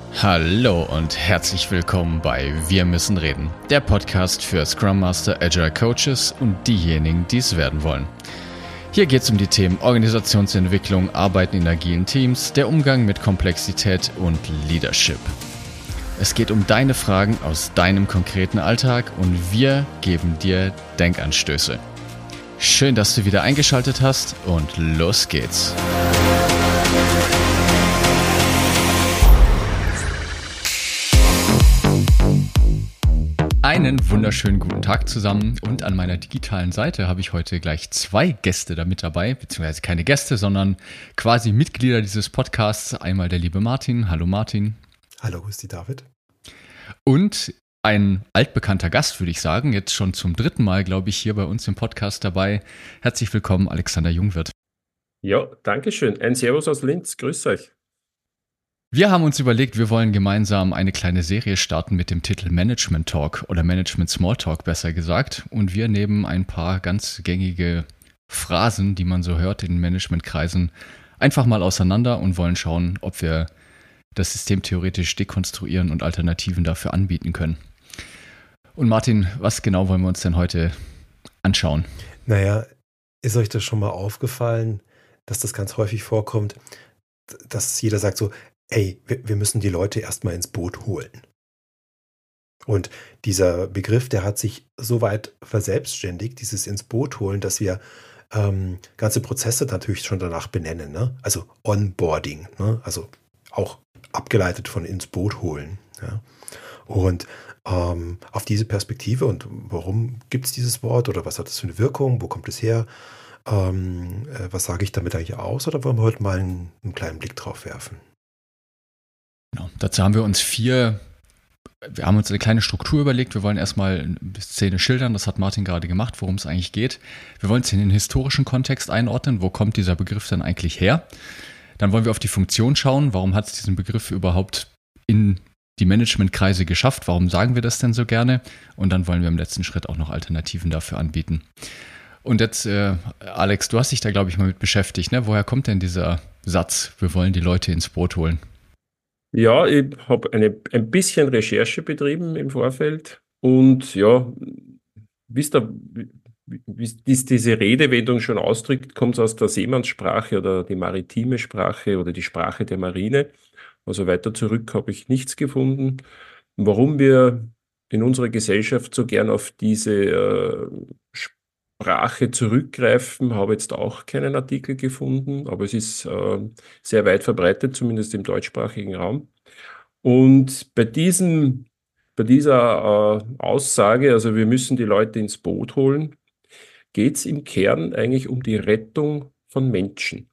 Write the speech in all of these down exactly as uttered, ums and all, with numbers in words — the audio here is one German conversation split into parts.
Hallo und herzlich willkommen bei Wir müssen reden, der Podcast für Scrum Master, Agile Coaches und diejenigen, die es werden wollen. Hier geht es um die Themen Organisationsentwicklung, Arbeiten in agilen Teams, der Umgang mit Komplexität und Leadership. Es geht um deine Fragen aus deinem konkreten Alltag und wir geben dir Denkanstöße. Schön, dass du wieder eingeschaltet hast und los geht's. Einen wunderschönen guten Tag zusammen und an meiner digitalen Seite habe ich heute gleich zwei Gäste da mit dabei, beziehungsweise keine Gäste, sondern quasi Mitglieder dieses Podcasts. Einmal der liebe Martin. Hallo Martin. Hallo, grüß dich David. Und ein altbekannter Gast, würde ich sagen, jetzt schon zum dritten Mal, glaube ich, hier bei uns im Podcast dabei. Herzlich willkommen, Alexander Jungwirth. Ja, danke schön. Ein Servus aus Linz. Grüß euch. Wir haben uns überlegt, wir wollen gemeinsam eine kleine Serie starten mit dem Titel Management Talk oder Management Smalltalk besser gesagt. Und wir nehmen ein paar ganz gängige Phrasen, die man so hört in Managementkreisen, einfach mal auseinander und wollen schauen, ob wir das System theoretisch dekonstruieren und Alternativen dafür anbieten können. Und Martin, was genau wollen wir uns denn heute anschauen? Naja, ist euch das schon mal aufgefallen, dass das ganz häufig vorkommt, dass jeder sagt so, ey, wir, wir müssen die Leute erstmal ins Boot holen. Und dieser Begriff, der hat sich so weit verselbstständigt, dieses ins Boot holen, dass wir ähm, ganze Prozesse natürlich schon danach benennen. Ne? Also Onboarding, ne? Also auch abgeleitet von ins Boot holen. Ja? Und ähm, auf diese Perspektive und warum gibt es dieses Wort oder was hat das für eine Wirkung, wo kommt es her, ähm, äh, was sage ich damit eigentlich aus oder wollen wir heute mal einen, einen kleinen Blick drauf werfen? Genau. Dazu haben wir uns vier, wir haben uns eine kleine Struktur überlegt. Wir wollen erstmal eine Szene schildern, das hat Martin gerade gemacht, worum es eigentlich geht. Wir wollen es in den historischen Kontext einordnen, wo kommt dieser Begriff denn eigentlich her? Dann wollen wir auf die Funktion schauen, warum hat es diesen Begriff überhaupt in die Managementkreise geschafft, warum sagen wir das denn so gerne? Und dann wollen wir im letzten Schritt auch noch Alternativen dafür anbieten. Und jetzt, äh, Alex, du hast dich da, glaube ich, mal mit beschäftigt, ne? Woher kommt denn dieser Satz, wir wollen die Leute ins Boot holen? Ja, ich habe eine, ein bisschen Recherche betrieben im Vorfeld und ja, wisst ihr, wie, wie dies- diese Redewendung schon ausdrückt, kommt es aus der Seemannssprache oder die maritime Sprache oder die Sprache der Marine. Also weiter zurück habe ich nichts gefunden. Warum wir in unserer Gesellschaft so gern auf diese äh, Sprache zurückgreifen, habe jetzt auch keinen Artikel gefunden, aber es ist äh, sehr weit verbreitet, zumindest im deutschsprachigen Raum. Und bei diesem, bei dieser äh, Aussage, also wir müssen die Leute ins Boot holen, geht es im Kern eigentlich um die Rettung von Menschen.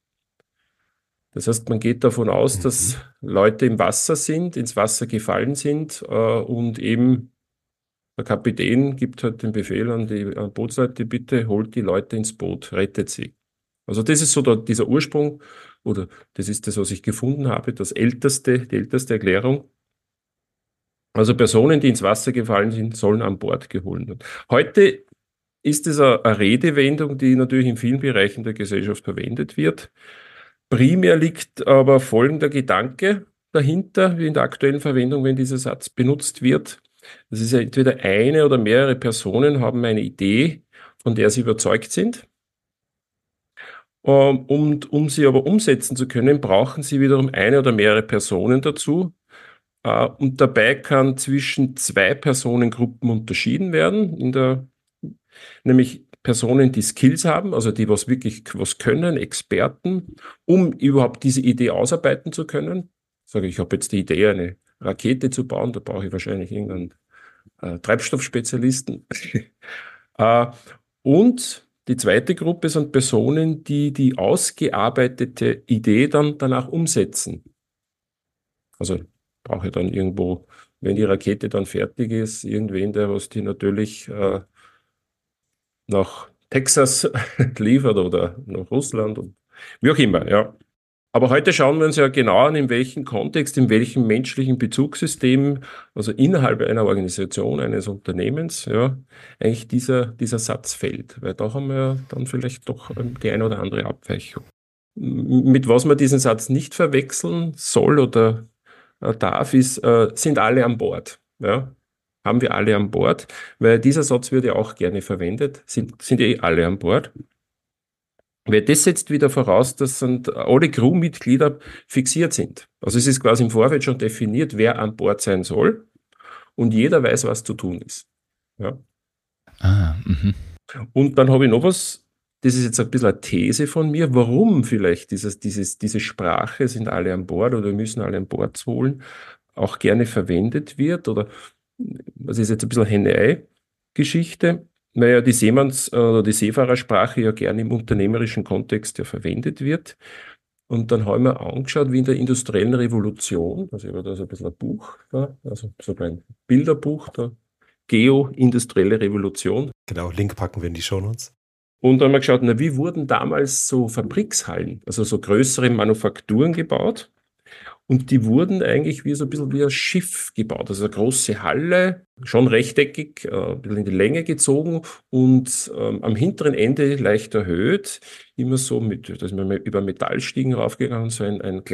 Das heißt, man geht davon aus, dass Mhm. Leute im Wasser sind, ins Wasser gefallen sind äh, und eben der Kapitän gibt halt den Befehl an die äh, Bootsleute, bitte holt die Leute ins Boot, rettet sie. Also das ist so der, dieser Ursprung oder das ist das, was ich gefunden habe, das älteste, die älteste Erklärung. Also Personen, die ins Wasser gefallen sind, sollen an Bord geholt werden. Heute ist es eine, eine Redewendung, die natürlich in vielen Bereichen der Gesellschaft verwendet wird. Primär liegt aber folgender Gedanke dahinter, wie in der aktuellen Verwendung, wenn dieser Satz benutzt wird. Das ist ja entweder eine oder mehrere Personen haben eine Idee, von der sie überzeugt sind. Ähm, Und um sie aber umsetzen zu können, brauchen sie wiederum eine oder mehrere Personen dazu. Äh, Und dabei kann zwischen zwei Personengruppen unterschieden werden, in der, nämlich Personen, die Skills haben, also die was wirklich was können, Experten, um überhaupt diese Idee ausarbeiten zu können. Sage ich, ich habe jetzt die Idee, eine Rakete zu bauen, da brauche ich wahrscheinlich irgendeinen äh, Treibstoffspezialisten. äh, und die zweite Gruppe sind Personen, die die ausgearbeitete Idee dann danach umsetzen. Also brauche ich dann irgendwo, wenn die Rakete dann fertig ist, irgendwen, der was die natürlich äh, nach Texas liefert oder nach Russland und wie auch immer, ja. Aber heute schauen wir uns ja genau an, in welchem Kontext, in welchem menschlichen Bezugssystem, also innerhalb einer Organisation, eines Unternehmens, ja, eigentlich dieser, dieser Satz fällt. Weil da haben wir ja dann vielleicht doch ähm, die eine oder andere Abweichung. M- Mit was man diesen Satz nicht verwechseln soll oder äh, darf, ist, äh, sind alle an Bord. Ja? Haben wir alle an Bord? Weil dieser Satz wird ja auch gerne verwendet. Sind, sind eh alle an Bord? Weil das setzt wieder voraus, dass sind alle Crewmitglieder fixiert sind. Also es ist quasi im Vorfeld schon definiert, wer an Bord sein soll und jeder weiß, was zu tun ist. Ja. Ah, mhm. Und dann habe ich noch was, das ist jetzt ein bisschen eine These von mir, warum vielleicht dieses, dieses, diese Sprache, sind alle an Bord oder wir müssen alle an Bord holen, auch gerne verwendet wird oder was ist jetzt ein bisschen Henne-Ei-Geschichte, weil ja die Seemanns- oder die Seefahrersprache ja gerne im unternehmerischen Kontext ja verwendet wird. Und dann habe ich mir angeschaut, wie in der industriellen Revolution, also ich habe da so ein bisschen ein Buch, da, also so ein Bilderbuch, da, Geo-industrielle Revolution. Genau, Link packen wir in die Shownotes. Und dann haben wir geschaut, na, wie wurden damals so Fabrikshallen, also so größere Manufakturen gebaut? Und die wurden eigentlich wie so ein bisschen wie ein Schiff gebaut. Also eine große Halle, schon rechteckig, äh, ein bisschen in die Länge gezogen und ähm, am hinteren Ende leicht erhöht. Immer so mit, da ist man über Metallstiegen raufgegangen, so ein, ein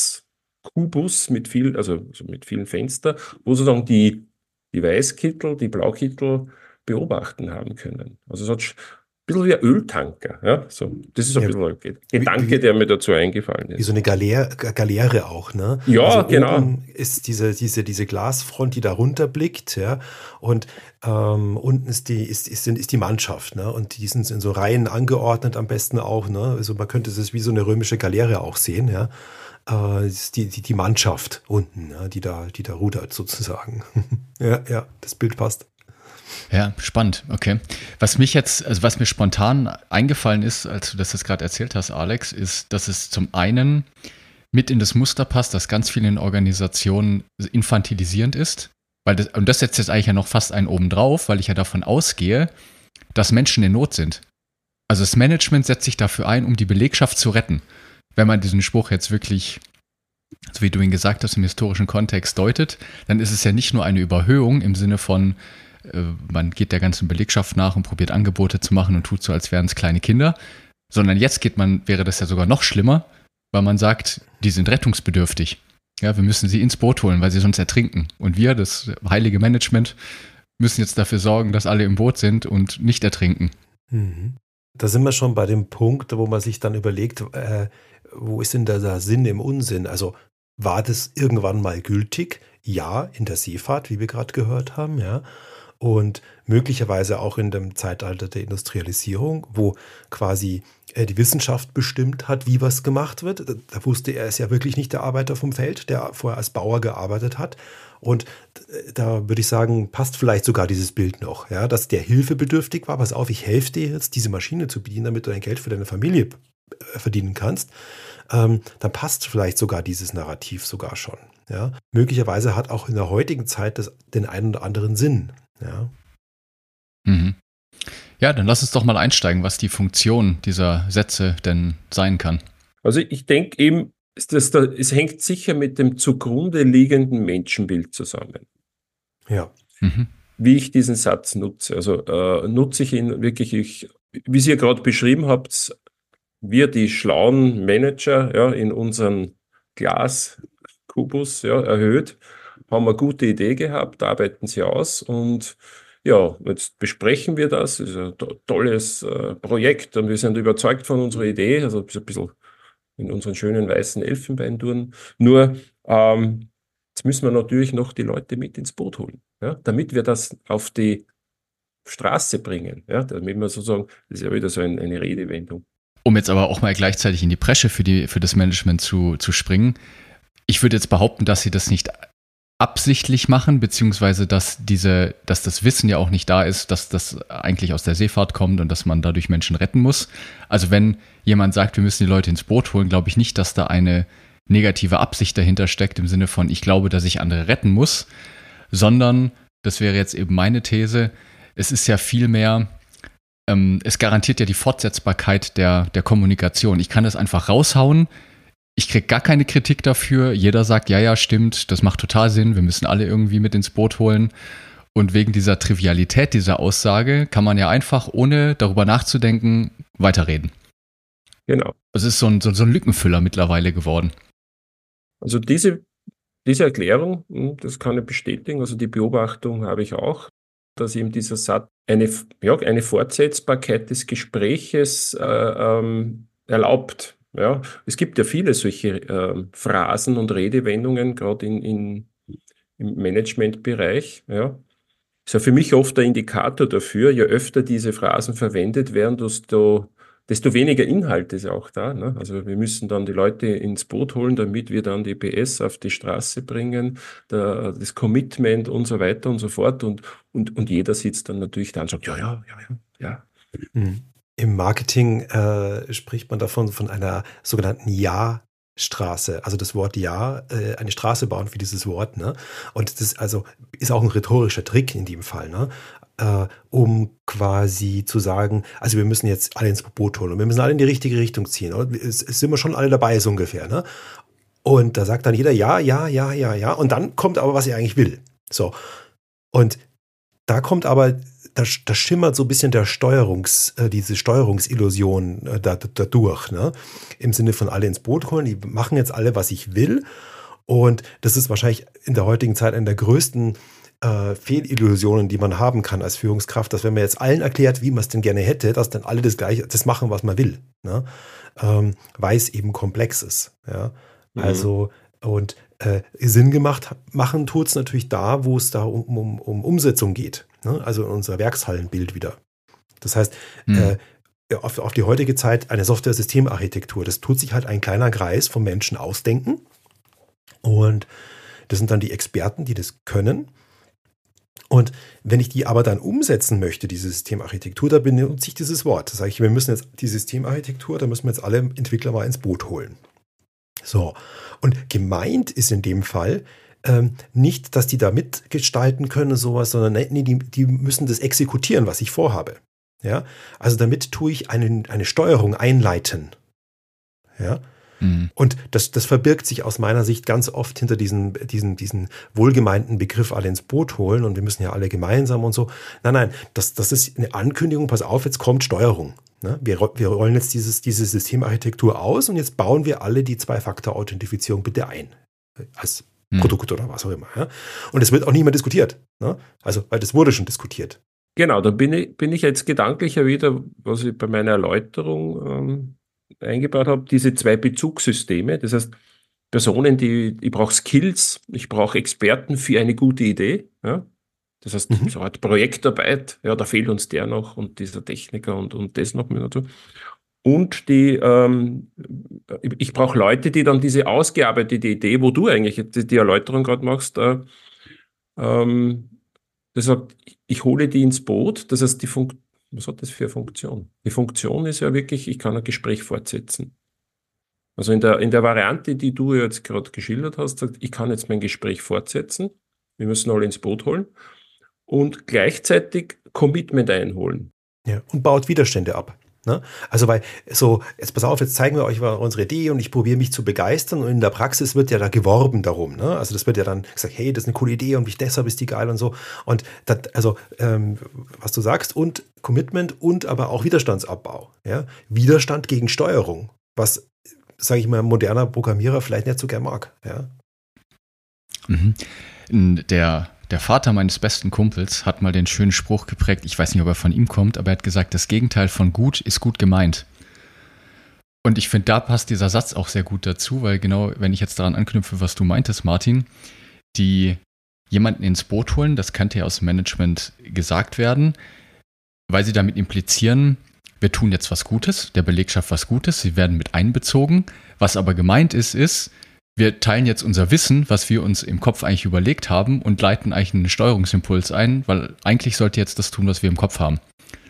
Glaskubus mit viel, also, also mit vielen Fenstern, wo sozusagen die, die Weißkittel, die Blaukittel beobachten haben können. Also es hat sch- ein bisschen wie ein Öltanker. Ja? So, das ist ein Ja, bisschen ein Ge- Gedanke, wie- der mir dazu eingefallen Wie ist. so eine Galeere, Galeere auch, ne? Ja, also genau. Oben ist diese, diese, diese Glasfront, die da runterblickt, ja. Und ähm, unten ist die, ist, ist, ist die Mannschaft, ne? Und die sind in so Reihen angeordnet am besten auch, ne? Also man könnte es wie so eine römische Galeere auch sehen, ja. Äh, ist die, die, die Mannschaft unten, ne? die da, die da rudert sozusagen. ja, ja, das Bild passt. Ja, spannend, okay. Was mich jetzt, also was mir spontan eingefallen ist, als du das jetzt gerade erzählt hast, Alex, ist, dass es zum einen mit in das Muster passt, dass ganz viel in Organisationen infantilisierend ist. Weil das, und das setzt jetzt eigentlich ja noch fast einen oben drauf, weil ich ja davon ausgehe, dass Menschen in Not sind. Also das Management setzt sich dafür ein, um die Belegschaft zu retten. Wenn man diesen Spruch jetzt wirklich, so wie du ihn gesagt hast, im historischen Kontext deutet, dann ist es ja nicht nur eine Überhöhung im Sinne von, man geht der ganzen Belegschaft nach und probiert Angebote zu machen und tut so, als wären es kleine Kinder, sondern jetzt geht man, wäre das ja sogar noch schlimmer, weil man sagt, die sind rettungsbedürftig. Ja, wir müssen sie ins Boot holen, weil sie sonst ertrinken. Und wir, das heilige Management, müssen jetzt dafür sorgen, dass alle im Boot sind und nicht ertrinken. Mhm. Da sind wir schon bei dem Punkt, wo man sich dann überlegt, äh, wo ist denn da der Sinn im Unsinn? Also war das irgendwann mal gültig? Ja, in der Seefahrt, wie wir gerade gehört haben, ja. Und möglicherweise auch in dem Zeitalter der Industrialisierung, wo quasi äh, die Wissenschaft bestimmt hat, wie was gemacht wird. Da, da wusste er es ja wirklich nicht, der Arbeiter vom Feld, der vorher als Bauer gearbeitet hat. Und äh, da würde ich sagen, passt vielleicht sogar dieses Bild noch, ja, dass der hilfebedürftig war. Pass auf, ich helfe dir jetzt, diese Maschine zu bedienen, damit du dein Geld für deine Familie äh, verdienen kannst. Ähm, dann passt vielleicht sogar dieses Narrativ sogar schon. Ja. Möglicherweise hat auch in der heutigen Zeit das den einen oder anderen Sinn. Ja. Mhm. Ja, dann lass uns doch mal einsteigen, was die Funktion dieser Sätze denn sein kann. Also ich denke eben, das da, es hängt sicher mit dem zugrunde liegenden Menschenbild zusammen. Ja. Mhm. Wie ich diesen Satz nutze. Also äh, nutze ich ihn wirklich, ich, wie Sie ja gerade beschrieben habt, wir die schlauen Manager ja, in unseren Glaskubus ja, erhöht, haben eine gute Idee gehabt, arbeiten sie aus und ja, jetzt besprechen wir das. Das ist ein to- tolles äh, Projekt und wir sind überzeugt von unserer Idee, also so ein bisschen in unseren schönen weißen Elfenbeintouren. Nur ähm, jetzt müssen wir natürlich noch die Leute mit ins Boot holen, ja, damit wir das auf die Straße bringen. Ja, damit wir sozusagen, das ist ja wieder so ein, eine Redewendung. Um jetzt aber auch mal gleichzeitig in die Bresche für, die, für das Management zu, zu springen. Ich würde jetzt behaupten, dass sie das nicht absichtlich machen, beziehungsweise dass diese, dass das Wissen ja auch nicht da ist, dass das eigentlich aus der Seefahrt kommt und dass man dadurch Menschen retten muss. Also wenn jemand sagt, wir müssen die Leute ins Boot holen, glaube ich nicht, dass da eine negative Absicht dahinter steckt, im Sinne von, ich glaube, dass ich andere retten muss, sondern, das wäre jetzt eben meine These, es ist ja vielmehr, ähm, es garantiert ja die Fortsetzbarkeit der, der Kommunikation. Ich kann das einfach raushauen, ich kriege gar keine Kritik dafür. Jeder sagt, ja, ja, stimmt, das macht total Sinn. Wir müssen alle irgendwie mit ins Boot holen. Und wegen dieser Trivialität dieser Aussage kann man ja einfach, ohne darüber nachzudenken, weiterreden. Genau. Es ist so ein, so, so ein Lückenfüller mittlerweile geworden. Also diese diese Erklärung, das kann ich bestätigen, also die Beobachtung habe ich auch, dass eben dieser Satz eine, ja, eine Fortsetzbarkeit des Gespräches äh, ähm, erlaubt. Ja. Es gibt ja viele solche äh, Phrasen und Redewendungen, gerade in, in, im Managementbereich. Ja. Ist ja für mich oft der Indikator dafür, je öfter diese Phrasen verwendet werden, desto, desto weniger Inhalt ist auch da. Ne? Also wir müssen dann die Leute ins Boot holen, damit wir dann die P S auf die Straße bringen, der, das Commitment und so weiter und so fort. Und, und, und jeder sitzt dann natürlich da und sagt, ja, ja, ja, ja, ja. Mhm. Im Marketing äh, spricht man davon, von einer sogenannten Ja-Straße. Also das Wort Ja, äh, eine Straße bauen für dieses Wort. Ne? Und das also ist auch ein rhetorischer Trick in dem Fall, ne? äh, um quasi zu sagen, also wir müssen jetzt alle ins Boot holen und wir müssen alle in die richtige Richtung ziehen. Oder? Es, es sind wir schon alle dabei, so ungefähr. Ne? Und da sagt dann jeder Ja, ja, ja, ja, ja. Und dann kommt aber, was er eigentlich will. So. Und da kommt aber, da, da schimmert so ein bisschen der Steuerungs, äh, diese Steuerungsillusion äh, da, da durch, ne? Im Sinne von alle ins Boot holen, die machen jetzt alle, was ich will. Und das ist wahrscheinlich in der heutigen Zeit eine der größten äh, Fehlillusionen, die man haben kann als Führungskraft, dass wenn man jetzt allen erklärt, wie man es denn gerne hätte, dass dann alle das gleiche, das machen, was man will, ne? Ähm, weil es eben komplex ist, ja. Mhm. Also, und Äh, Sinn gemacht machen tut es natürlich da, wo es da um, um, um Umsetzung geht. Ne? Also in unser Werkshallenbild wieder. Das heißt, mhm. äh, auf, auf die heutige Zeit eine Software-Systemarchitektur, das tut sich halt ein kleiner Kreis von Menschen ausdenken. Und das sind dann die Experten, die das können. Und wenn ich die aber dann umsetzen möchte, diese Systemarchitektur, da benutze ich dieses Wort. Da sage ich, wir müssen jetzt die Systemarchitektur, da müssen wir jetzt alle Entwickler mal ins Boot holen. So, und gemeint ist in dem Fall ähm, nicht, dass die da mitgestalten können, sowas, sondern nee, die, die müssen das exekutieren, was ich vorhabe. Ja, also damit tue ich eine, eine Steuerung einleiten. Ja, mhm. Und das, das verbirgt sich aus meiner Sicht ganz oft hinter diesen, diesen, diesen wohlgemeinten Begriff alle ins Boot holen und wir müssen ja alle gemeinsam und so. Nein, nein, das, das ist eine Ankündigung, pass auf, jetzt kommt Steuerung. Wir, wir rollen jetzt dieses, diese Systemarchitektur aus und jetzt bauen wir alle die Zwei-Faktor-Authentifizierung bitte ein. Als hm. Produkt oder was auch immer. Ja? Und es wird auch nicht mehr diskutiert. Ne? Also, weil das wurde schon diskutiert. Genau, da bin ich, bin ich jetzt gedanklicher wieder, was ich bei meiner Erläuterung ähm, eingebaut habe, diese zwei Bezugssysteme. Das heißt, Personen, die, ich brauche Skills, ich brauche Experten für eine gute Idee. Ja? Das heißt, mhm. so eine Art Projektarbeit, ja, da fehlt uns der noch und dieser Techniker und, und das noch mit dazu. Und die, ähm, ich brauche Leute, die dann diese ausgearbeitete Idee, wo du eigentlich die, die Erläuterung gerade machst, äh, ähm, das sagt, ich hole die ins Boot. Das heißt, die Fun- was hat das für eine Funktion? Die Funktion ist ja wirklich, ich kann ein Gespräch fortsetzen. Also in der, in der Variante, die du jetzt gerade geschildert hast, sagt, ich kann jetzt mein Gespräch fortsetzen. Wir müssen alle ins Boot holen. Und gleichzeitig Commitment einholen. Ja, und baut Widerstände ab. Ne? Also weil so, jetzt pass auf, jetzt zeigen wir euch mal unsere Idee und ich probiere mich zu begeistern und in der Praxis wird ja da geworben darum. Ne? Also das wird ja dann gesagt, hey, das ist eine coole Idee und deshalb ist die geil und so. Und das, also ähm, was du sagst und Commitment und aber auch Widerstandsabbau. Ja? Widerstand gegen Steuerung, was, sage ich mal, ein moderner Programmierer vielleicht nicht so gern mag. Ja? Mhm. Der Der Vater meines besten Kumpels hat mal den schönen Spruch geprägt, ich weiß nicht, ob er von ihm kommt, aber er hat gesagt, das Gegenteil von gut ist gut gemeint. Und ich finde, da passt dieser Satz auch sehr gut dazu, weil genau, wenn ich jetzt daran anknüpfe, was du meintest, Martin, die jemanden ins Boot holen, das könnte ja aus dem Management gesagt werden, weil sie damit implizieren, wir tun jetzt was Gutes, der Belegschaft was Gutes, sie werden mit einbezogen. Was aber gemeint ist, ist, wir teilen jetzt unser Wissen, was wir uns im Kopf eigentlich überlegt haben und leiten eigentlich einen Steuerungsimpuls ein, weil eigentlich sollte jetzt das tun, was wir im Kopf haben.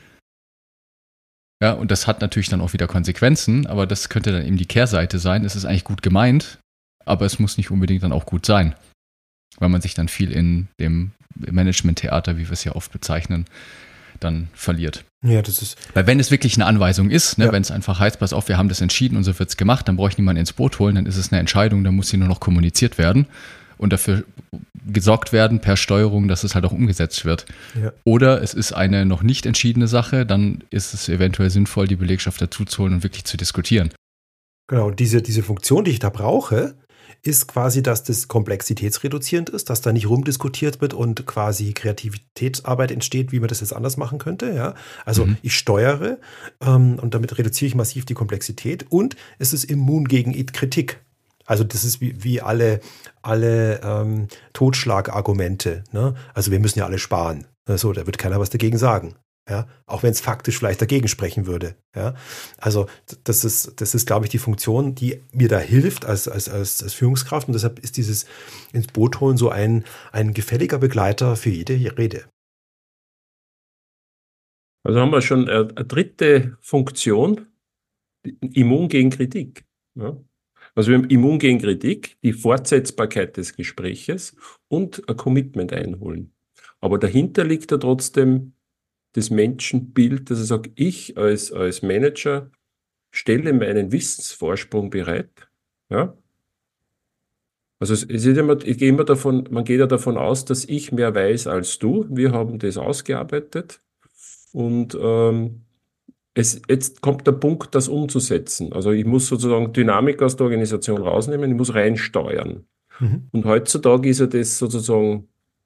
Ja, und das hat natürlich dann auch wieder Konsequenzen, aber das könnte dann eben die Kehrseite sein. Es ist eigentlich gut gemeint, aber es muss nicht unbedingt dann auch gut sein, weil man sich dann viel in dem Management-Theater, wie wir es ja oft bezeichnen, dann verliert. Ja, das ist. Weil wenn es wirklich eine Anweisung ist, ne, ja. wenn es einfach heißt, pass auf, wir haben das entschieden und so wird es gemacht, dann brauche ich niemanden ins Boot holen, dann ist es eine Entscheidung, dann muss sie nur noch kommuniziert werden und dafür gesorgt werden per Steuerung, dass es halt auch umgesetzt wird. Ja. Oder es ist eine noch nicht entschiedene Sache, dann ist es eventuell sinnvoll, die Belegschaft dazu zu holen und wirklich zu diskutieren. Genau, und diese, diese Funktion, die ich da brauche, ist quasi, dass das komplexitätsreduzierend ist, dass da nicht rumdiskutiert wird und quasi Kreativitätsarbeit entsteht, wie man das jetzt anders machen könnte. Ja? Also mhm. ich steuere ähm, und damit reduziere ich massiv die Komplexität und es ist immun gegen Kritik. Also das ist wie, wie alle, alle ähm, Totschlagargumente. Ne? Also wir müssen ja alle sparen. So, da wird keiner was dagegen sagen. Ja, auch wenn es faktisch vielleicht dagegen sprechen würde. Ja, also das ist, das ist, glaube ich, die Funktion, die mir da hilft als, als, als, als Führungskraft. Und deshalb ist dieses ins Boot holen so ein, ein gefälliger Begleiter für jede Rede. Also haben wir schon eine, eine dritte Funktion, immun gegen Kritik. Ja? Also wir haben immun gegen Kritik, die Fortsetzbarkeit des Gespräches und ein Commitment einholen. Aber dahinter liegt ja trotzdem das Menschenbild, dass ich sage, ich als, als Manager stelle meinen Wissensvorsprung bereit. Ja? Also es ist immer, ich gehe immer davon, man geht ja davon aus, dass ich mehr weiß als du. Wir haben das ausgearbeitet und ähm, es, jetzt kommt der Punkt, das umzusetzen. Also ich muss sozusagen Dynamik aus der Organisation rausnehmen, ich muss reinsteuern. Mhm. Und heutzutage ist ja das sozusagen,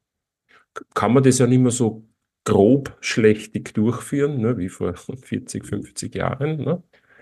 kann man das ja nicht mehr so grob schlechtig durchführen, ne, wie vor vierzig, fünfzig Jahren. Ne?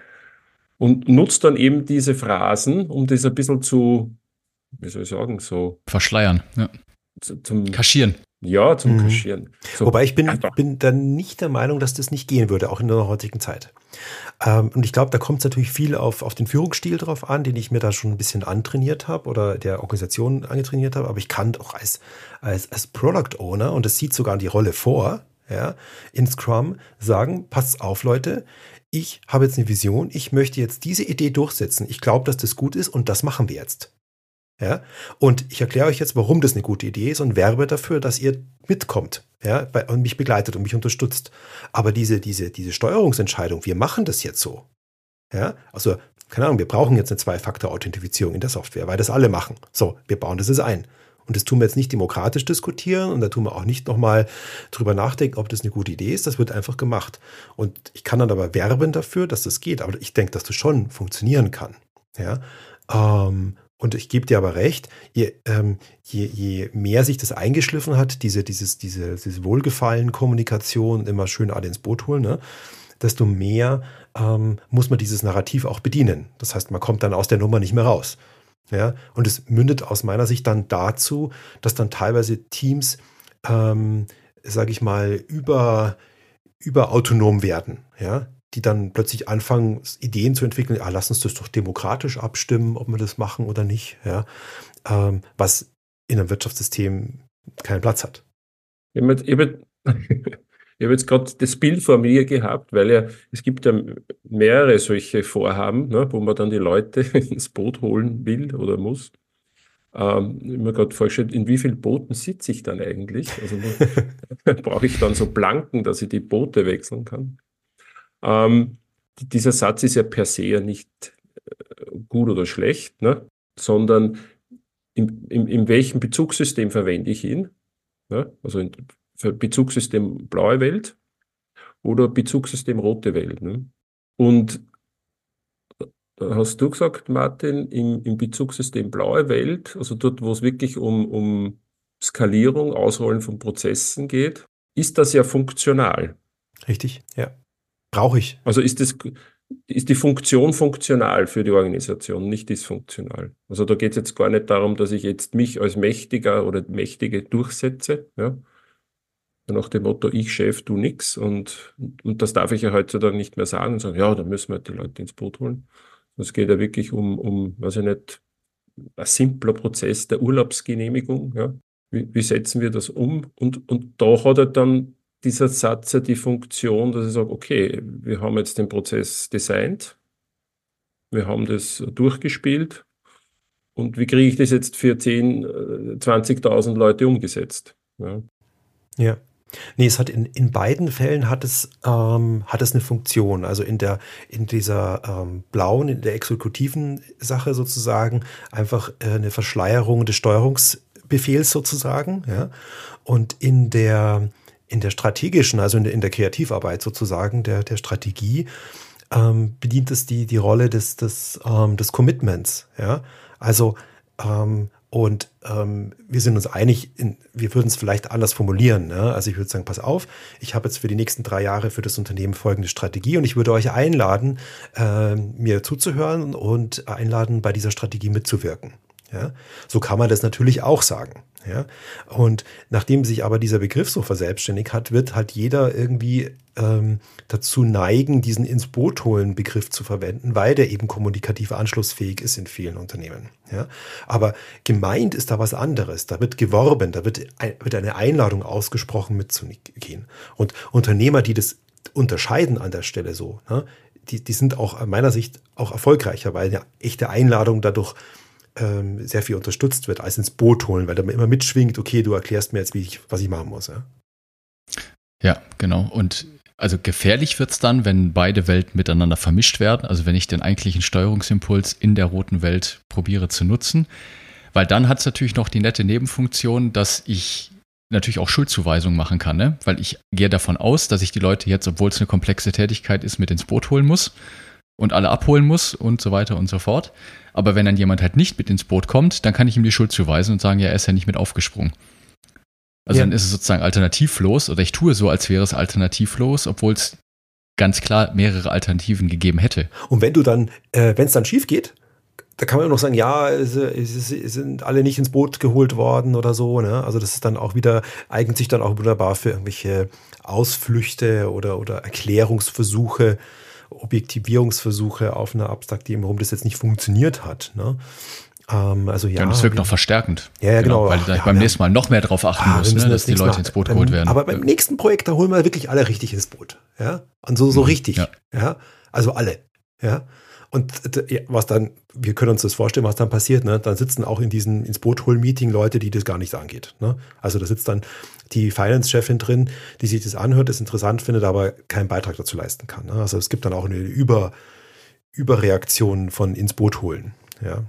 Und nutzt dann eben diese Phrasen, um das ein bisschen zu, wie soll ich sagen, so verschleiern, ja. Zu, zum Kaschieren. Ja, zum mhm. Kaschieren. So. Wobei ich bin, bin dann nicht der Meinung, dass das nicht gehen würde, auch in der heutigen Zeit. Ähm, und ich glaube, da kommt es natürlich viel auf, auf den Führungsstil drauf an, den ich mir da schon ein bisschen antrainiert habe oder der Organisation angetrainiert habe. Aber ich kann auch als, als, als Product Owner, und das sieht sogar die Rolle vor, ja, in Scrum sagen, passt auf, Leute, ich habe jetzt eine Vision, ich möchte jetzt diese Idee durchsetzen. Ich glaube, dass das gut ist und das machen wir jetzt. Ja? Und ich erkläre euch jetzt, warum das eine gute Idee ist und werbe dafür, dass ihr mitkommt, ja, und mich begleitet und mich unterstützt. Aber diese, diese, diese Steuerungsentscheidung, wir machen das jetzt so. Ja? Also, keine Ahnung, wir brauchen jetzt eine Zwei-Faktor-Authentifizierung in der Software, weil das alle machen. So, wir bauen das jetzt ein. Und das tun wir jetzt nicht demokratisch diskutieren und da tun wir auch nicht nochmal drüber nachdenken, ob das eine gute Idee ist. Das wird einfach gemacht. Und ich kann dann aber werben dafür, dass das geht. Aber ich denke, dass das schon funktionieren kann. Ja? Ähm, Und ich gebe dir aber recht, je, ähm, je, je mehr sich das eingeschliffen hat, diese, dieses, diese, diese Wohlgefallen-Kommunikation, immer schön alle ins Boot holen, ne, desto mehr ähm, muss man dieses Narrativ auch bedienen. Das heißt, man kommt dann aus der Nummer nicht mehr raus. Ja? Und es mündet aus meiner Sicht dann dazu, dass dann teilweise Teams, ähm, sage ich mal, über, überautonom werden, ja? Die dann plötzlich anfangen, Ideen zu entwickeln, ah, lass uns das doch demokratisch abstimmen, ob wir das machen oder nicht, ja, ähm, was in einem Wirtschaftssystem keinen Platz hat. Ich habe jetzt, hab jetzt gerade das Bild vor mir gehabt, weil ja, es gibt ja mehrere solche Vorhaben, ne, wo man dann die Leute ins Boot holen will oder muss. Ähm, ich habe mir gerade vorgestellt, in wie vielen Booten sitze ich dann eigentlich? Also brauche ich dann so Planken, dass ich die Boote wechseln kann? Ähm, dieser Satz ist ja per se ja nicht äh, gut oder schlecht, ne? Sondern in, in, in welchem Bezugssystem verwende ich ihn? Ne? Also in, für Bezugssystem blaue Welt oder Bezugssystem rote Welt. Ne? Und da hast du gesagt, Martin, im, im Bezugssystem blaue Welt, also dort, wo es wirklich um, um Skalierung, Ausrollen von Prozessen geht, ist das ja funktional. Richtig, ja. Brauche ich. Also ist das, ist die Funktion funktional für die Organisation, nicht dysfunktional. Also da geht es jetzt gar nicht darum, dass ich jetzt mich als Mächtiger oder Mächtige durchsetze, ja. Nach dem Motto, ich Chef, du nix. Und, und das darf ich ja heutzutage nicht mehr sagen und sagen, ja, da müssen wir die Leute ins Boot holen. Es geht ja wirklich um, um, weiß ich nicht, ein simpler Prozess der Urlaubsgenehmigung, ja. Wie, wie setzen wir das um? Und, und da hat er dann dieser Satz ja die Funktion, dass ich sage, okay, wir haben jetzt den Prozess designt, wir haben das durchgespielt und wie kriege ich das jetzt für zehntausend, zwanzigtausend Leute umgesetzt? Ja. Ja. Nee, es hat in, in beiden Fällen hat es, ähm, hat es eine Funktion. Also in der, in dieser ähm, blauen, in der exekutiven Sache sozusagen einfach äh, eine Verschleierung des Steuerungsbefehls sozusagen, ja. Und in der In der strategischen, also in der, in der Kreativarbeit sozusagen, der, der Strategie, ähm, bedient es die, die Rolle des, des, ähm, des Commitments. Ja? Also Ähm, und ähm, wir sind uns einig, in, wir würden es vielleicht anders formulieren. Ne? Also ich würde sagen, pass auf, ich habe jetzt für die nächsten drei Jahre für das Unternehmen folgende Strategie und ich würde euch einladen, äh, mir zuzuhören und einladen, bei dieser Strategie mitzuwirken. Ja? So kann man das natürlich auch sagen. Ja? Und nachdem sich aber dieser Begriff so verselbstständigt hat, wird halt jeder irgendwie ähm, dazu neigen, diesen ins Boot holen Begriff zu verwenden, weil der eben kommunikativ anschlussfähig ist in vielen Unternehmen. Ja? Aber gemeint ist da was anderes. Da wird geworben, da wird, ein, wird eine Einladung ausgesprochen, mitzugehen. Und Unternehmer, die das unterscheiden an der Stelle so, ne, die, die sind auch aus meiner Sicht auch erfolgreicher, weil eine echte Einladung dadurch ähm, sehr viel unterstützt wird, als ins Boot holen, weil da immer mitschwingt, okay, du erklärst mir jetzt, wie ich, was ich machen muss. Ja, ja genau. Und also gefährlich wird es dann, wenn beide Welten miteinander vermischt werden. Also wenn ich den eigentlichen Steuerungsimpuls in der roten Welt probiere zu nutzen. Weil dann hat es natürlich noch die nette Nebenfunktion, dass ich natürlich auch Schuldzuweisungen machen kann. Ne? Weil ich gehe davon aus, dass ich die Leute jetzt, obwohl es eine komplexe Tätigkeit ist, mit ins Boot holen muss und alle abholen muss und so weiter und so fort. Aber wenn dann jemand halt nicht mit ins Boot kommt, dann kann ich ihm die Schuld zuweisen und sagen, ja, er ist ja nicht mit aufgesprungen. Also ja. Dann ist es sozusagen alternativlos oder ich tue so, als wäre es alternativlos, obwohl es ganz klar mehrere Alternativen gegeben hätte. Und wenn du dann, äh, wenn es dann schief geht, da kann man immer noch sagen, ja, es, es, es sind alle nicht ins Boot geholt worden oder so. Ne? Also das ist dann auch wieder, eignet sich dann auch wunderbar für irgendwelche Ausflüchte oder, oder Erklärungsversuche, Objektivierungsversuche auf einer Abstraktierung, warum das jetzt nicht funktioniert hat. Ne? Ähm, also ja, ja, und das wirkt noch verstärkend. Ja, ja genau. genau. Weil ja, ich beim ja. nächsten Mal noch mehr drauf achten ah, muss, ne, dass die Leute machen. ins Boot beim, geholt werden. Aber beim ja. nächsten Projekt, da holen wir wirklich alle richtig ins Boot. Ja? Und so, so mhm, richtig. Ja. Ja? Also alle. Ja. Und was dann, wir können uns das vorstellen, was dann passiert, ne? Dann sitzen auch in diesem ins Boot holen Meeting Leute, die das gar nicht angeht. Ne? Also da sitzt dann die Finance-Chefin drin, die sich das anhört, das interessant findet, aber keinen Beitrag dazu leisten kann. Ne? Also es gibt dann auch eine Über, Überreaktion von ins Boot holen. Ja.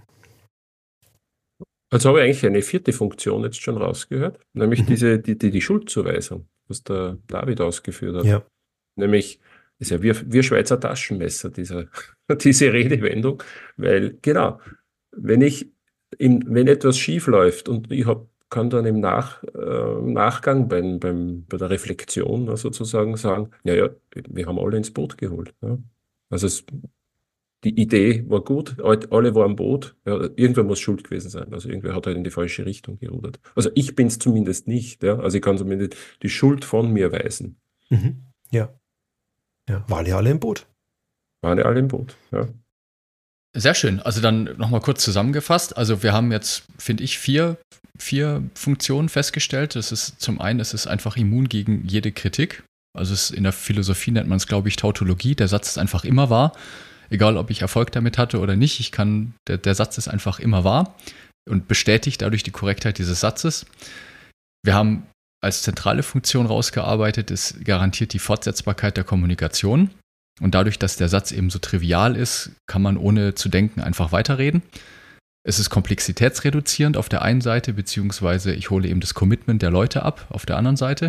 Also habe ich eigentlich eine vierte Funktion jetzt schon rausgehört, nämlich mhm. diese, die, die, die Schuldzuweisung, was der David ausgeführt hat. Ja. Nämlich, ist ja wie, wie Schweizer Taschenmesser, diese, diese Redewendung, weil genau, wenn ich im, wenn etwas schief läuft und ich hab, kann dann im Nach, äh, Nachgang beim, beim, bei der Reflexion äh, sozusagen sagen, ja, ja, wir haben alle ins Boot geholt. Ja. Also es, die Idee war gut, alle waren am Boot, ja, irgendwer muss schuld gewesen sein, also irgendwer hat halt in die falsche Richtung gerudert. Also ich bin es zumindest nicht, ja. Also ich kann zumindest die Schuld von mir weisen. Mhm. Ja. Ja, waren ja alle im Boot. Waren ja alle im Boot, ja. Sehr schön. Also dann nochmal kurz zusammengefasst. Also wir haben jetzt, finde ich, vier, vier Funktionen festgestellt. Das ist zum einen, es ist einfach immun gegen jede Kritik. Also es, in der Philosophie nennt man es, glaube ich, Tautologie. Der Satz ist einfach immer wahr. Egal, ob ich Erfolg damit hatte oder nicht. Ich kann, der, der Satz ist einfach immer wahr und bestätigt dadurch die Korrektheit dieses Satzes. Wir haben als zentrale Funktion rausgearbeitet, es garantiert die Fortsetzbarkeit der Kommunikation. Und dadurch, dass der Satz eben so trivial ist, kann man ohne zu denken einfach weiterreden. Es ist komplexitätsreduzierend auf der einen Seite, beziehungsweise ich hole eben das Commitment der Leute ab auf der anderen Seite.